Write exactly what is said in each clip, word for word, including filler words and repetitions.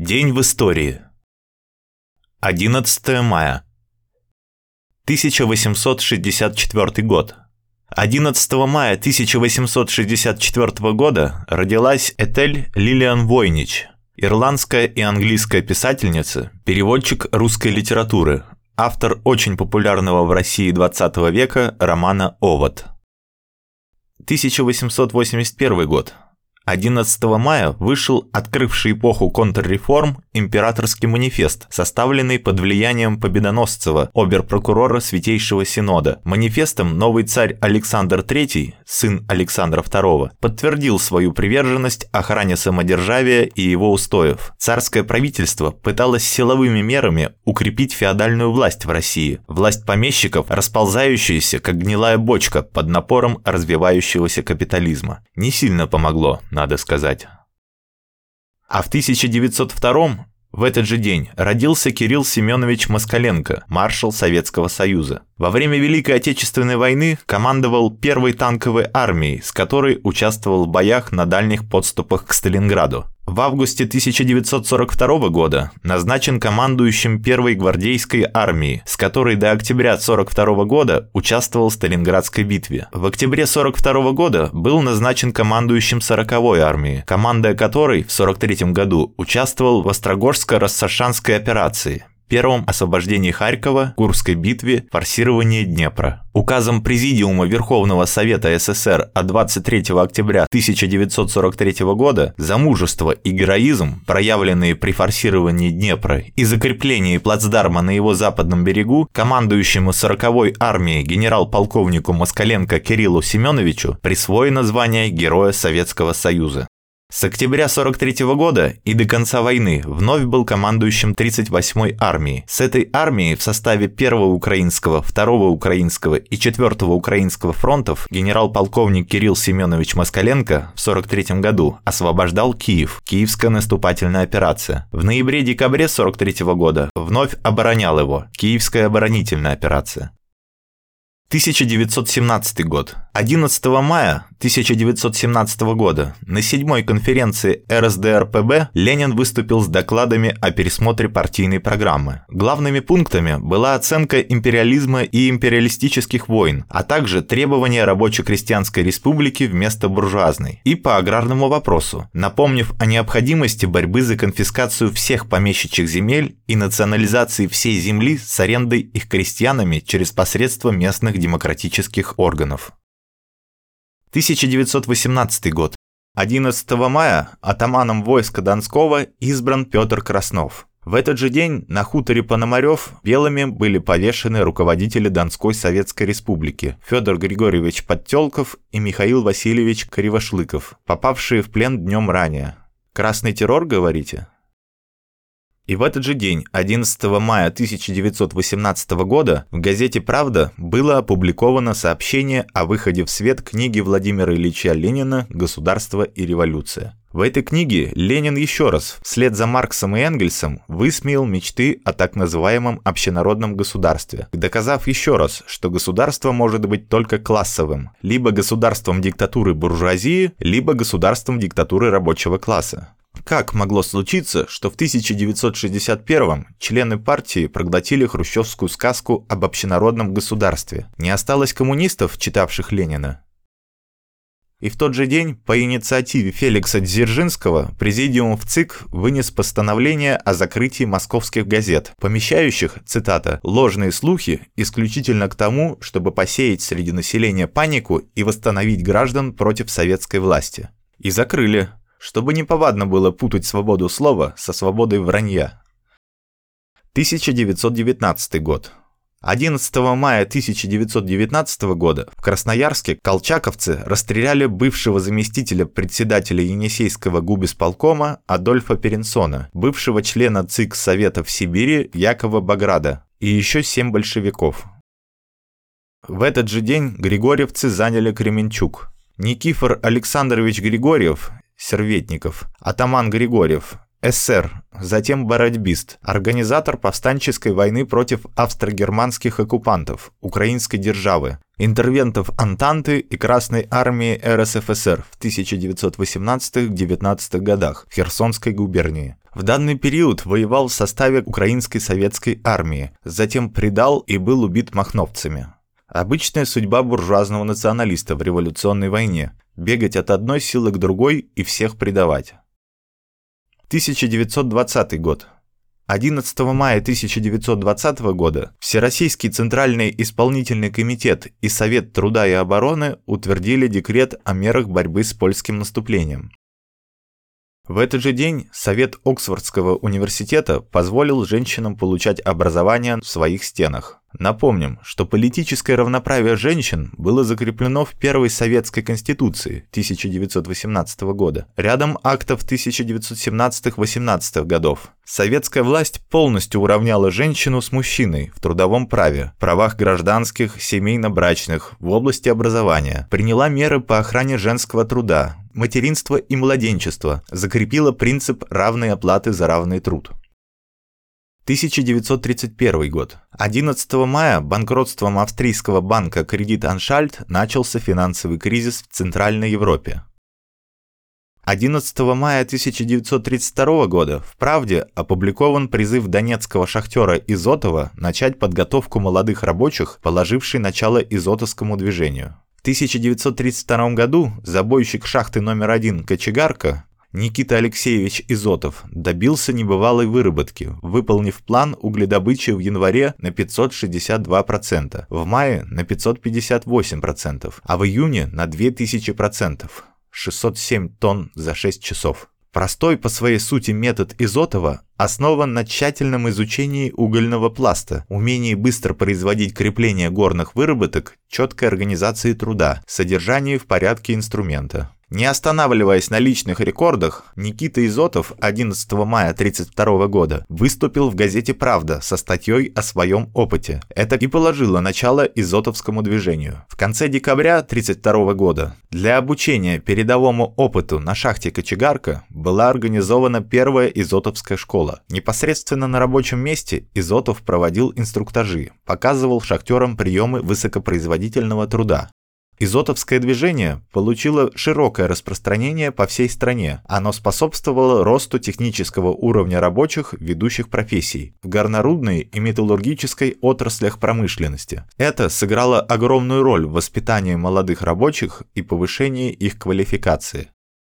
День в истории. одиннадцатое мая. тысяча восемьсот шестьдесят четвёртый год. одиннадцатого мая тысяча восемьсот шестьдесят четвёртого года родилась Этель Лилиан Войнич, ирландская и английская писательница, переводчик русской литературы, автор очень популярного в России двадцатого века романа «Овод». тысяча восемьсот восемьдесят первый год. одиннадцатого мая вышел открывший эпоху контрреформ императорский манифест, составленный под влиянием Победоносцева, обер-прокурора Святейшего Синода. Манифестом новый царь Александр третий, сын Александра второго, подтвердил свою приверженность охране самодержавия и его устоев. Царское правительство пыталось силовыми мерами укрепить феодальную власть в России, власть помещиков, расползающаяся, как гнилая бочка под напором развивающегося капитализма. Не сильно помогло, надо сказать. А в тысяча девятьсот втором, в этот же день, родился Кирилл Семенович Москаленко, маршал Советского Союза. Во время Великой Отечественной войны командовал первой танковой армией, с которой участвовал в боях на дальних подступах к Сталинграду. В августе тысяча девятьсот сорок второго года назначен командующим первой гвардейской армией, с которой до октября сорок второго года участвовал в Сталинградской битве. В октябре сорок второго года был назначен командующим сороковой армией, командуя которой в сорок третьем году участвовал в Острогожско-Рассашанской операции, первом освобождении Харькова, Курской битве, форсировании Днепра. Указом Президиума Верховного Совета СССР от двадцать третьего октября тысяча девятьсот сорок третьего года за мужество и героизм, проявленные при форсировании Днепра и закреплении плацдарма на его западном берегу, командующему сороковой армией генерал-полковнику Москаленко Кириллу Семеновичу присвоено звание Героя Советского Союза. С октября сорок третьего года и до конца войны вновь был командующим тридцать восьмой армией. С этой армией в составе первого украинского, второго украинского и четвёртого украинского фронтов генерал-полковник Кирилл Семенович Москаленко в сорок третьем году освобождал Киев, Киевская наступательная операция. В ноябре-декабре сорок третьего года вновь оборонял его, Киевская оборонительная операция. тысяча девятьсот семнадцатый год. одиннадцатого мая тысяча девятьсот семнадцатого года на седьмой конференции эр эс дэ эр пэ бэ Ленин выступил с докладами о пересмотре партийной программы. Главными пунктами была оценка империализма и империалистических войн, а также требования рабоче-крестьянской республики вместо буржуазной. И по аграрному вопросу, напомнив о необходимости борьбы за конфискацию всех помещичьих земель и национализации всей земли с арендой их крестьянами через посредство местных демократических органов. тысяча девятьсот восемнадцатый год. одиннадцатого мая атаманом войска Донского избран Петр Краснов. В этот же день на хуторе Пономарев белыми были повешены руководители Донской Советской Республики Федор Григорьевич Подтёлков и Михаил Васильевич Кривошлыков, попавшие в плен днем ранее. Красный террор, говорите? И в этот же день, одиннадцатого мая тысяча девятьсот восемнадцатого года, в газете «Правда» было опубликовано сообщение о выходе в свет книги Владимира Ильича Ленина «Государство и революция». В этой книге Ленин еще раз, вслед за Марксом и Энгельсом, высмеял мечты о так называемом общенародном государстве, доказав еще раз, что государство может быть только классовым, либо государством диктатуры буржуазии, либо государством диктатуры рабочего класса. Как могло случиться, что в тысяча девятьсот шестьдесят первом члены партии проглотили хрущевскую сказку об общенародном государстве? Не осталось коммунистов, читавших Ленина? И в тот же день по инициативе Феликса Дзержинского Президиум ВЦИК вынес постановление о закрытии московских газет, помещающих, цитата, «ложные слухи исключительно к тому, чтобы посеять среди населения панику и восстановить граждан против советской власти». И закрыли, чтобы неповадно было путать свободу слова со свободой вранья. тысяча девятьсот девятнадцатый год. одиннадцатого мая тысяча девятьсот девятнадцатого года в Красноярске колчаковцы расстреляли бывшего заместителя председателя Енисейского губисполкома Адольфа Перенсона, бывшего члена ЦИК Совета в Сибири Якова Баграда и еще семь большевиков. В этот же день григорьевцы заняли Кременчуг. Никифор Александрович Григорьев, Серветников, атаман Григорьев, эсер, затем баротьбист, организатор повстанческой войны против австро-германских оккупантов, украинской державы, интервентов Антанты и Красной армии эр эс эф эс эр в тысяча девятьсот восемнадцатом — девятнадцатом годах в Херсонской губернии. В данный период воевал в составе Украинской советской армии, затем предал и был убит махновцами. Обычная судьба буржуазного националиста в революционной войне – бегать от одной силы к другой и всех предавать. тысяча девятьсот двадцатый год. одиннадцатого мая тысяча девятьсот двадцатого года Всероссийский Центральный исполнительный комитет и Совет труда и обороны утвердили декрет о мерах борьбы с польским наступлением. В этот же день Совет Оксфордского университета позволил женщинам получать образование в своих стенах. Напомним, что политическое равноправие женщин было закреплено в Первой Советской Конституции тысяча девятьсот восемнадцатого года, рядом актов тысяча девятьсот семнадцатого — восемнадцатого годов. Советская власть полностью уравняла женщину с мужчиной в трудовом праве, правах гражданских, семейно-брачных, в области образования, приняла меры по охране женского труда, материнства и младенчества, закрепила принцип равной оплаты за равный труд. тысяча девятьсот тридцать первый год. одиннадцатого мая банкротством австрийского банка Кредит Аншальт начался финансовый кризис в Центральной Европе. одиннадцатого мая тысяча девятьсот тридцать второго года в «Правде» опубликован призыв донецкого шахтера Изотова начать подготовку молодых рабочих, положивший начало изотовскому движению. В тысяча девятьсот тридцать втором году забойщик шахты номер один «Кочегарка» Никита Алексеевич Изотов добился небывалой выработки, выполнив план угледобычи в январе на пятьсот шестьдесят два процента, в мае на пятьсот пятьдесят восемь процентов, а в июне на две тысячи процентов, шестьсот семь тонн за шесть часов. Простой по своей сути метод Изотова основан на тщательном изучении угольного пласта, умении быстро производить крепление горных выработок, четкой организации труда, содержании в порядке инструмента. Не останавливаясь на личных рекордах, Никита Изотов одиннадцатого мая тридцать второго года выступил в газете «Правда» со статьей о своем опыте. Это и положило начало изотовскому движению. В конце декабря тридцать второго года для обучения передовому опыту на шахте «Кочегарка» была организована первая изотовская школа. Непосредственно на рабочем месте Изотов проводил инструктажи, показывал шахтерам приемы высокопроизводительного труда. Изотовское движение получило широкое распространение по всей стране. Оно способствовало росту технического уровня рабочих ведущих профессий в горнорудной и металлургической отраслях промышленности. Это сыграло огромную роль в воспитании молодых рабочих и повышении их квалификации.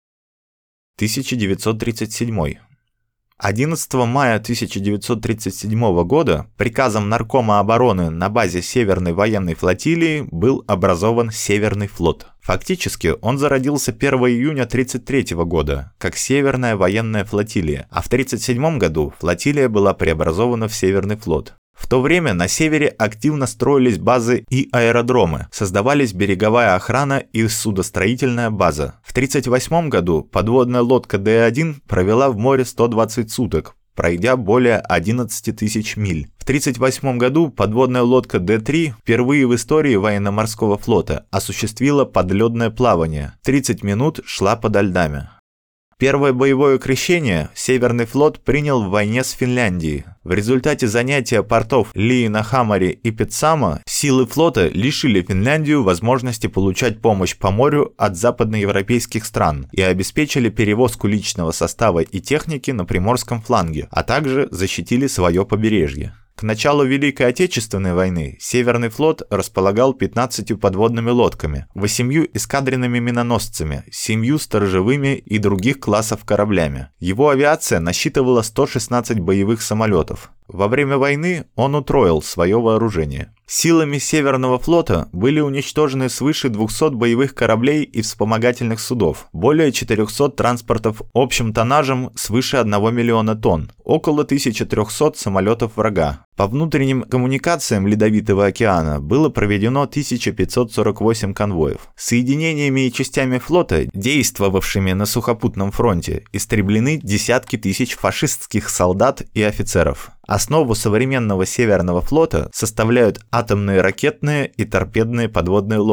тысяча девятьсот тридцать седьмой. одиннадцатого мая тысяча девятьсот тридцать седьмого года приказом Наркома обороны на базе Северной военной флотилии был образован Северный флот. Фактически он зародился первого июня тридцать третьего года как Северная военная флотилия, а в тридцать седьмом году флотилия была преобразована в Северный флот. В то время на севере активно строились базы и аэродромы, создавались береговая охрана и судостроительная база. В тридцать восьмом году подводная лодка Д один провела в море сто двадцать суток, пройдя более одиннадцати тысяч миль. В тридцать восьмом году подводная лодка Д три впервые в истории военно-морского флота осуществила подледное плавание. тридцать минут шла подо льдами. Первое боевое крещение Северный флот принял в войне с Финляндией. В результате занятия портов Лиенахамари и Петсама силы флота лишили Финляндию возможности получать помощь по морю от западноевропейских стран и обеспечили перевозку личного состава и техники на приморском фланге, а также защитили свое побережье. К началу Великой Отечественной войны Северный флот располагал пятнадцатью подводными лодками, восемью эскадренными миноносцами, семью сторожевыми и других классов кораблями. Его авиация насчитывала сто шестнадцать боевых самолетов. Во время войны он утроил свое вооружение. Силами Северного флота были уничтожены свыше двухсот боевых кораблей и вспомогательных судов, более четырехсот транспортов общим тоннажем свыше одного миллиона тонн, около тысячи трёхсот самолетов врага. По внутренним коммуникациям Ледовитого океана было проведено тысяча пятьсот сорок восемь конвоев. Соединениями и частями флота, действовавшими на сухопутном фронте, истреблены десятки тысяч фашистских солдат и офицеров. Основу современного Северного флота составляют атомные ракетные и торпедные подводные лодки,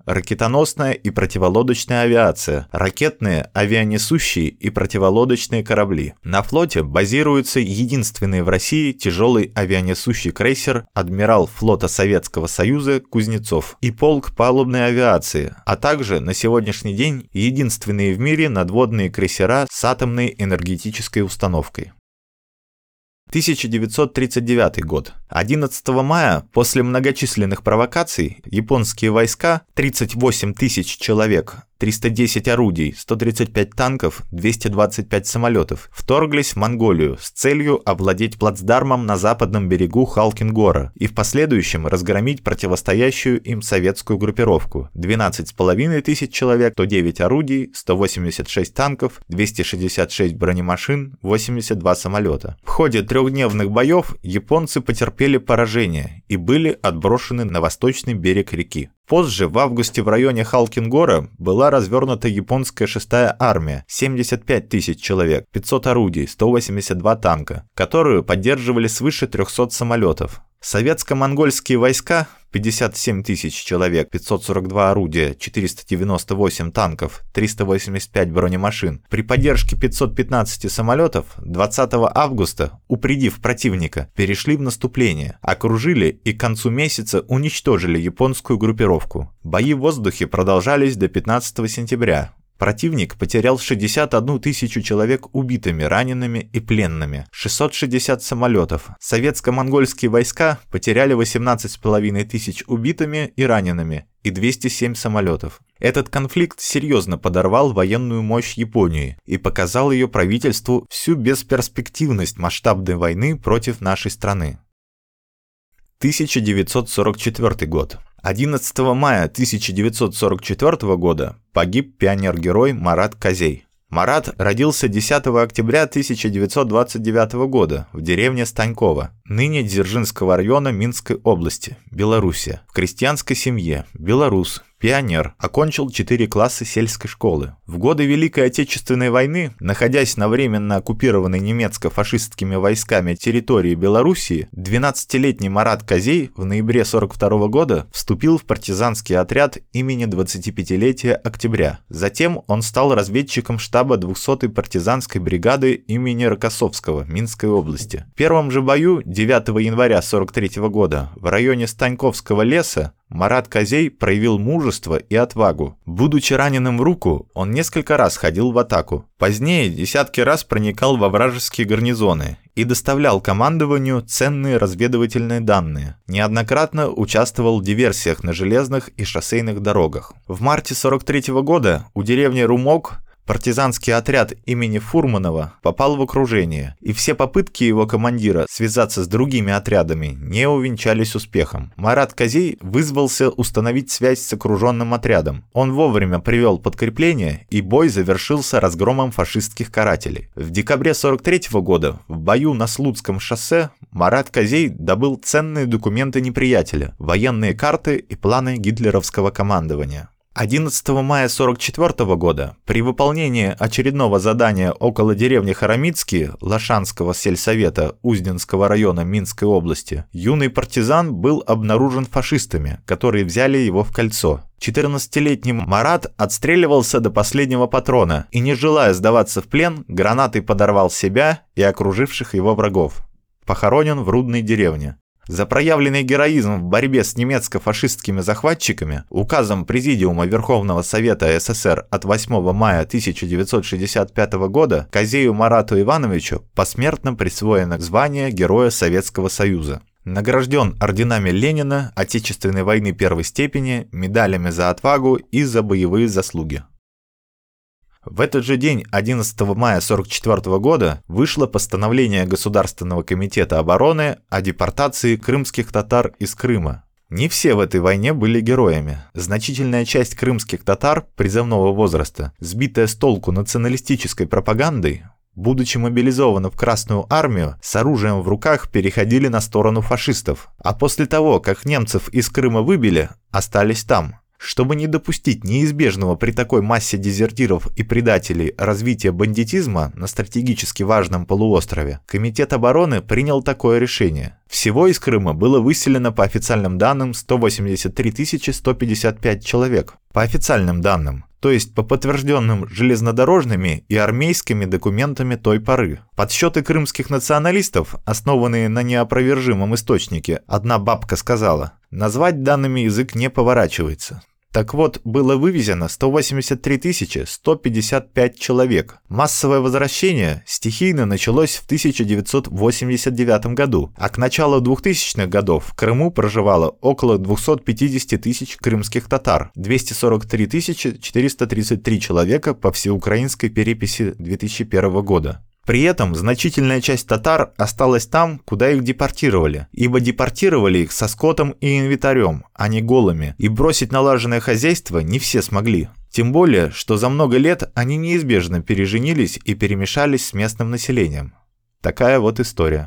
ракетоносная и противолодочная авиация, ракетные, авианесущие и противолодочные корабли. На флоте базируется единственный в России тяжелый авианесущий крейсер «Адмирал флота Советского Союза» Кузнецов и полк палубной авиации, а также на сегодняшний день единственные в мире надводные крейсера с атомной энергетической установкой. тысяча девятьсот тридцать девятый год. одиннадцатого мая, после многочисленных провокаций, японские войска, тридцать восемь тысяч человек, триста десять орудий, сто тридцать пять танков, двести двадцать пять самолетов, вторглись в Монголию с целью овладеть плацдармом на западном берегу Халкин-Гора и в последующем разгромить противостоящую им советскую группировку. двенадцать с половиной тысяч человек, сто девять орудий, сто восемьдесят шесть танков, двести шестьдесят шесть бронемашин, восемьдесят два самолета. В ходе трехдневных боев японцы потерпели поражение и были отброшены на восточный берег реки. Позже, в августе, в районе Халкин-Гора была развернута японская шестая армия, семьдесят пять тысяч человек, пятьсот орудий, сто восемьдесят два танка, которую поддерживали свыше трехсот самолетов. Советско-монгольские войска, пятьдесят семь тысяч человек, пятьсот сорок два орудия, четыреста девяносто восемь танков, триста восемьдесят пять бронемашин, при поддержке пятисот пятнадцати самолетов двадцатого августа, упредив противника, перешли в наступление, окружили и к концу месяца уничтожили японскую группировку. Бои в воздухе продолжались до пятнадцатого сентября. Противник потерял шестьдесят одну тысячу человек убитыми, ранеными и пленными, шестьсот шестьдесят самолетов. Советско-монгольские войска потеряли восемнадцать с половиной тысяч убитыми и ранеными и двести семь самолетов. Этот конфликт серьезно подорвал военную мощь Японии и показал ее правительству всю бесперспективность масштабной войны против нашей страны. тысяча девятьсот сорок четвёртый год. одиннадцатого мая тысяча девятьсот сорок четвёртого года погиб пионер-герой Марат Козей. Марат родился десятого октября тысяча девятьсот двадцать девятого года в деревне Станьково, ныне Дзержинского района Минской области, Белоруссия, в крестьянской семье, белорус, пионер, окончил четыре класса сельской школы. В годы Великой Отечественной войны, находясь на временно оккупированной немецко-фашистскими войсками территории Белоруссии, двенадцатилетний Марат Козей в ноябре сорок второго года вступил в партизанский отряд имени двадцатипятилетия Октября. Затем он стал разведчиком штаба двухсотой партизанской бригады имени Рокоссовского Минской области. В первом же бою девятого января сорок третьего года в районе Станьковского леса Марат Козей проявил мужество и отвагу. Будучи раненым в руку, он несколько раз ходил в атаку. Позднее десятки раз проникал во вражеские гарнизоны и доставлял командованию ценные разведывательные данные. Неоднократно участвовал в диверсиях на железных и шоссейных дорогах. В марте сорок третьего года у деревни Румок партизанский отряд имени Фурманова попал в окружение, и все попытки его командира связаться с другими отрядами не увенчались успехом. Марат Козей вызвался установить связь с окруженным отрядом. Он вовремя привел подкрепление, и бой завершился разгромом фашистских карателей. В декабре сорок третьего года в бою на Слуцком шоссе Марат Козей добыл ценные документы неприятеля, военные карты и планы гитлеровского командования. одиннадцатого мая сорок четвёртого года при выполнении очередного задания около деревни Харамицкие Лошанского сельсовета Узденского района Минской области юный партизан был обнаружен фашистами, которые взяли его в кольцо. четырнадцатилетний Марат отстреливался до последнего патрона и, не желая сдаваться в плен, гранатой подорвал себя и окруживших его врагов. Похоронен в Рудной деревне. За проявленный героизм в борьбе с немецко-фашистскими захватчиками указом Президиума Верховного Совета СССР от восьмого мая тысяча девятьсот шестьдесят пятого года Козею Марату Ивановичу посмертно присвоено звание Героя Советского Союза. Награжден орденами Ленина, Отечественной войны первой степени, медалями за отвагу и за боевые заслуги. В этот же день, одиннадцатого мая сорок четвёртого года, вышло постановление Государственного комитета обороны о депортации крымских татар из Крыма. Не все в этой войне были героями. Значительная часть крымских татар призывного возраста, сбитая с толку националистической пропагандой, будучи мобилизованы в Красную армию, с оружием в руках переходили на сторону фашистов, а после того, как немцев из Крыма выбили, остались там. Чтобы не допустить неизбежного при такой массе дезертиров и предателей развития бандитизма на стратегически важном полуострове, Комитет обороны принял такое решение. Всего из Крыма было выселено по официальным данным сто восемьдесят три тысячи сто пятьдесят пять человек. По официальным данным, то есть по подтвержденным железнодорожными и армейскими документами той поры. Подсчеты крымских националистов, основанные на неопровержимом источнике, одна бабка сказала, назвать данными язык не поворачивается. Так вот, было вывезено сто восемьдесят три тысячи сто пятьдесят пять человек. Массовое возвращение стихийно началось в тысяча девятьсот восемьдесят девятом году, а к началу двухтысячных годов в Крыму проживало около двухсот пятидесяти тысяч крымских татар, двести сорок три тысячи четыреста тридцать три человека по всеукраинской переписи две тысячи первого года. При этом значительная часть татар осталась там, куда их депортировали, ибо депортировали их со скотом и инвентарем, а не голыми, и бросить налаженное хозяйство не все смогли. Тем более, что за много лет они неизбежно переженились и перемешались с местным населением. Такая вот история.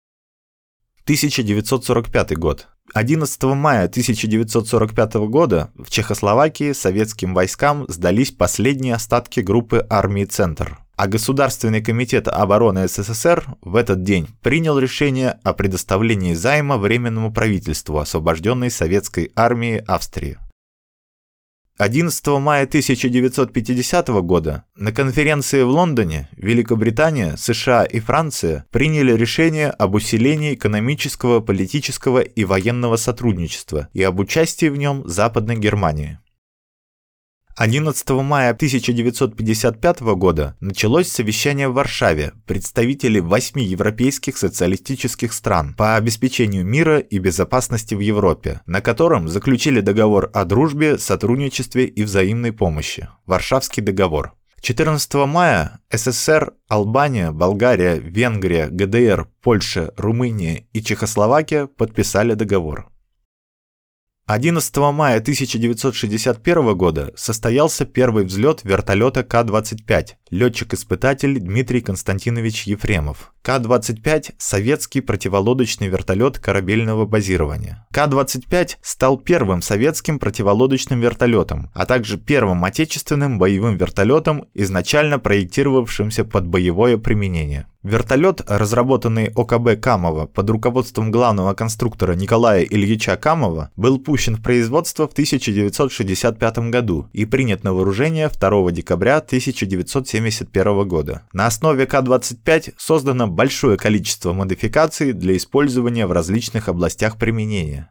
тысяча девятьсот сорок пятый год. одиннадцатого мая тысяча девятьсот сорок пятого года в Чехословакии советским войскам сдались последние остатки группы армии «Центр». А Государственный комитет обороны СССР в этот день принял решение о предоставлении займа Временному правительству освобожденной советской армии Австрии. одиннадцатого мая тысяча девятьсот пятидесятого года на конференции в Лондоне Великобритания, США и Франция приняли решение об усилении экономического, политического и военного сотрудничества и об участии в нем Западной Германии. одиннадцатого мая тысяча девятьсот пятьдесят пятого года началось совещание в Варшаве представителей восьми европейских социалистических стран по обеспечению мира и безопасности в Европе, на котором заключили договор о дружбе, сотрудничестве и взаимной помощи – Варшавский договор. четырнадцатого мая СССР, Албания, Болгария, Венгрия, ГДР, Польша, Румыния и Чехословакия подписали договор. одиннадцатого мая тысяча девятьсот шестьдесят первого года состоялся первый взлет вертолета Ка двадцать пять, летчик-испытатель Дмитрий Константинович Ефремов. Ка двадцать пять – советский противолодочный вертолет корабельного базирования. Ка двадцать пять стал первым советским противолодочным вертолетом, а также первым отечественным боевым вертолетом, изначально проектировавшимся под боевое применение. Вертолет, разработанный О Ка Бэ Камова под руководством главного конструктора Николая Ильича Камова, был пущен в производство в тысяча девятьсот шестьдесят пятом году и принят на вооружение второго декабря тысяча девятьсот семьдесят первого года. На основе Ка двадцать пять создано большое количество модификаций для использования в различных областях применения.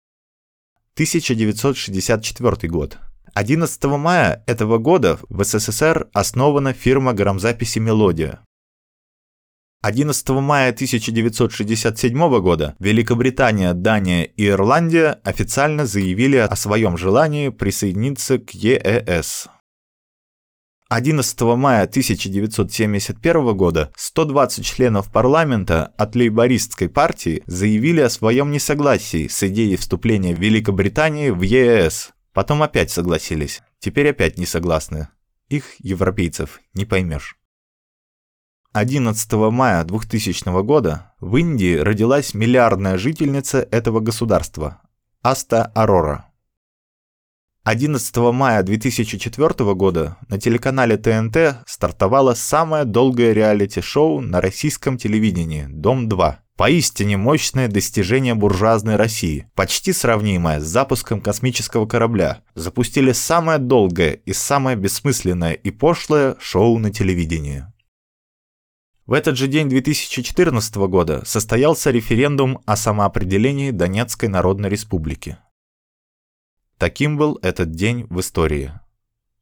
тысяча девятьсот шестьдесят четвёртый год. одиннадцатого мая этого года в СССР основана фирма грамзаписи «Мелодия». одиннадцатого мая тысяча девятьсот шестьдесят седьмого года Великобритания, Дания и Ирландия официально заявили о своем желании присоединиться к Е Э Эс. одиннадцатого мая тысяча девятьсот семьдесят первого года сто двадцать членов парламента от лейбористской партии заявили о своем несогласии с идеей вступления Великобритании в Е Э Эс. Потом опять согласились, теперь опять не согласны. Их, европейцев, не поймешь. одиннадцатого мая двухтысячного года в Индии родилась миллиардная жительница этого государства – Аста Арора. одиннадцатого мая две тысячи четвёртого года на телеканале Тэ Эн Тэ стартовало самое долгое реалити-шоу на российском телевидении «Дом два». Поистине мощное достижение буржуазной России, почти сравнимое с запуском космического корабля. Запустили самое долгое и самое бессмысленное и пошлое шоу на телевидении. В этот же день две тысячи четырнадцатого года состоялся референдум о самоопределении Донецкой Народной Республики. Таким был этот день в истории.